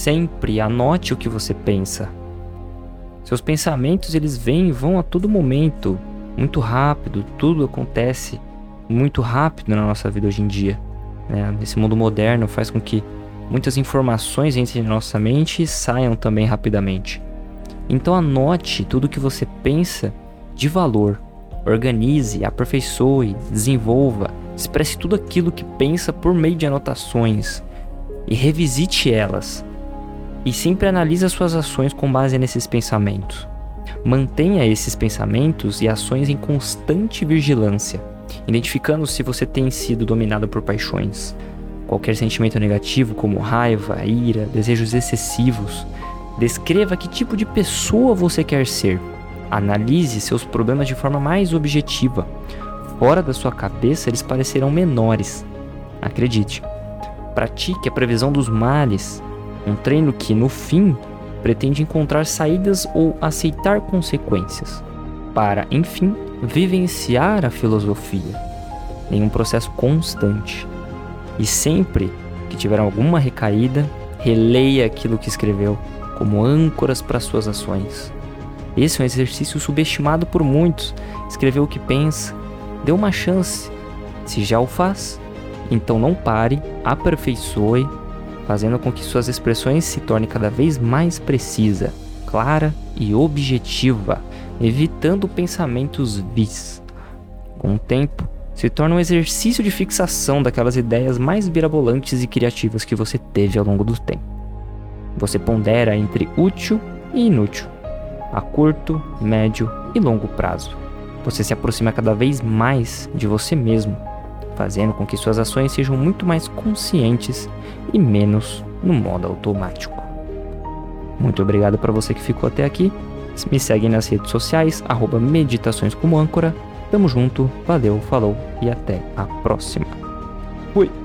Sempre anote o que você pensa. Seus pensamentos, eles vêm e vão a todo momento, muito rápido, tudo acontece muito rápido na nossa vida hoje em dia, né? Esse mundo moderno faz com que muitas informações entrem na nossa mente e saiam também rapidamente. Então anote tudo o que você pensa de valor, organize, aperfeiçoe, desenvolva, expresse tudo aquilo que pensa por meio de anotações e revisite elas. E sempre analise as suas ações com base nesses pensamentos. Mantenha esses pensamentos e ações em constante vigilância, identificando se você tem sido dominado por paixões. Qualquer sentimento negativo, como raiva, ira, desejos excessivos. Descreva que tipo de pessoa você quer ser. Analise seus problemas de forma mais objetiva. Fora da sua cabeça, eles parecerão menores. Acredite. Pratique a previsão dos males. Um treino que, no fim, pretende encontrar saídas ou aceitar consequências, para, enfim, vivenciar a filosofia em um processo constante. E sempre que tiver alguma recaída, releia aquilo que escreveu como âncoras para suas ações. Esse é um exercício subestimado por muitos. Escrever o que pensa, dê uma chance. Se já o faz, então não pare, aperfeiçoe, fazendo com que suas expressões se tornem cada vez mais precisa, clara e objetiva, evitando pensamentos vis. Com o tempo, se torna um exercício de fixação daquelas ideias mais mirabolantes e criativas que você teve ao longo do tempo. Você pondera entre útil e inútil, a curto, médio e longo prazo. Você se aproxima cada vez mais de você mesmo, fazendo com que suas ações sejam muito mais conscientes e menos no modo automático. Muito obrigado para você que ficou até aqui. Me segue nas redes sociais, @meditações como âncora. Tamo junto, valeu, falou e até a próxima. Fui!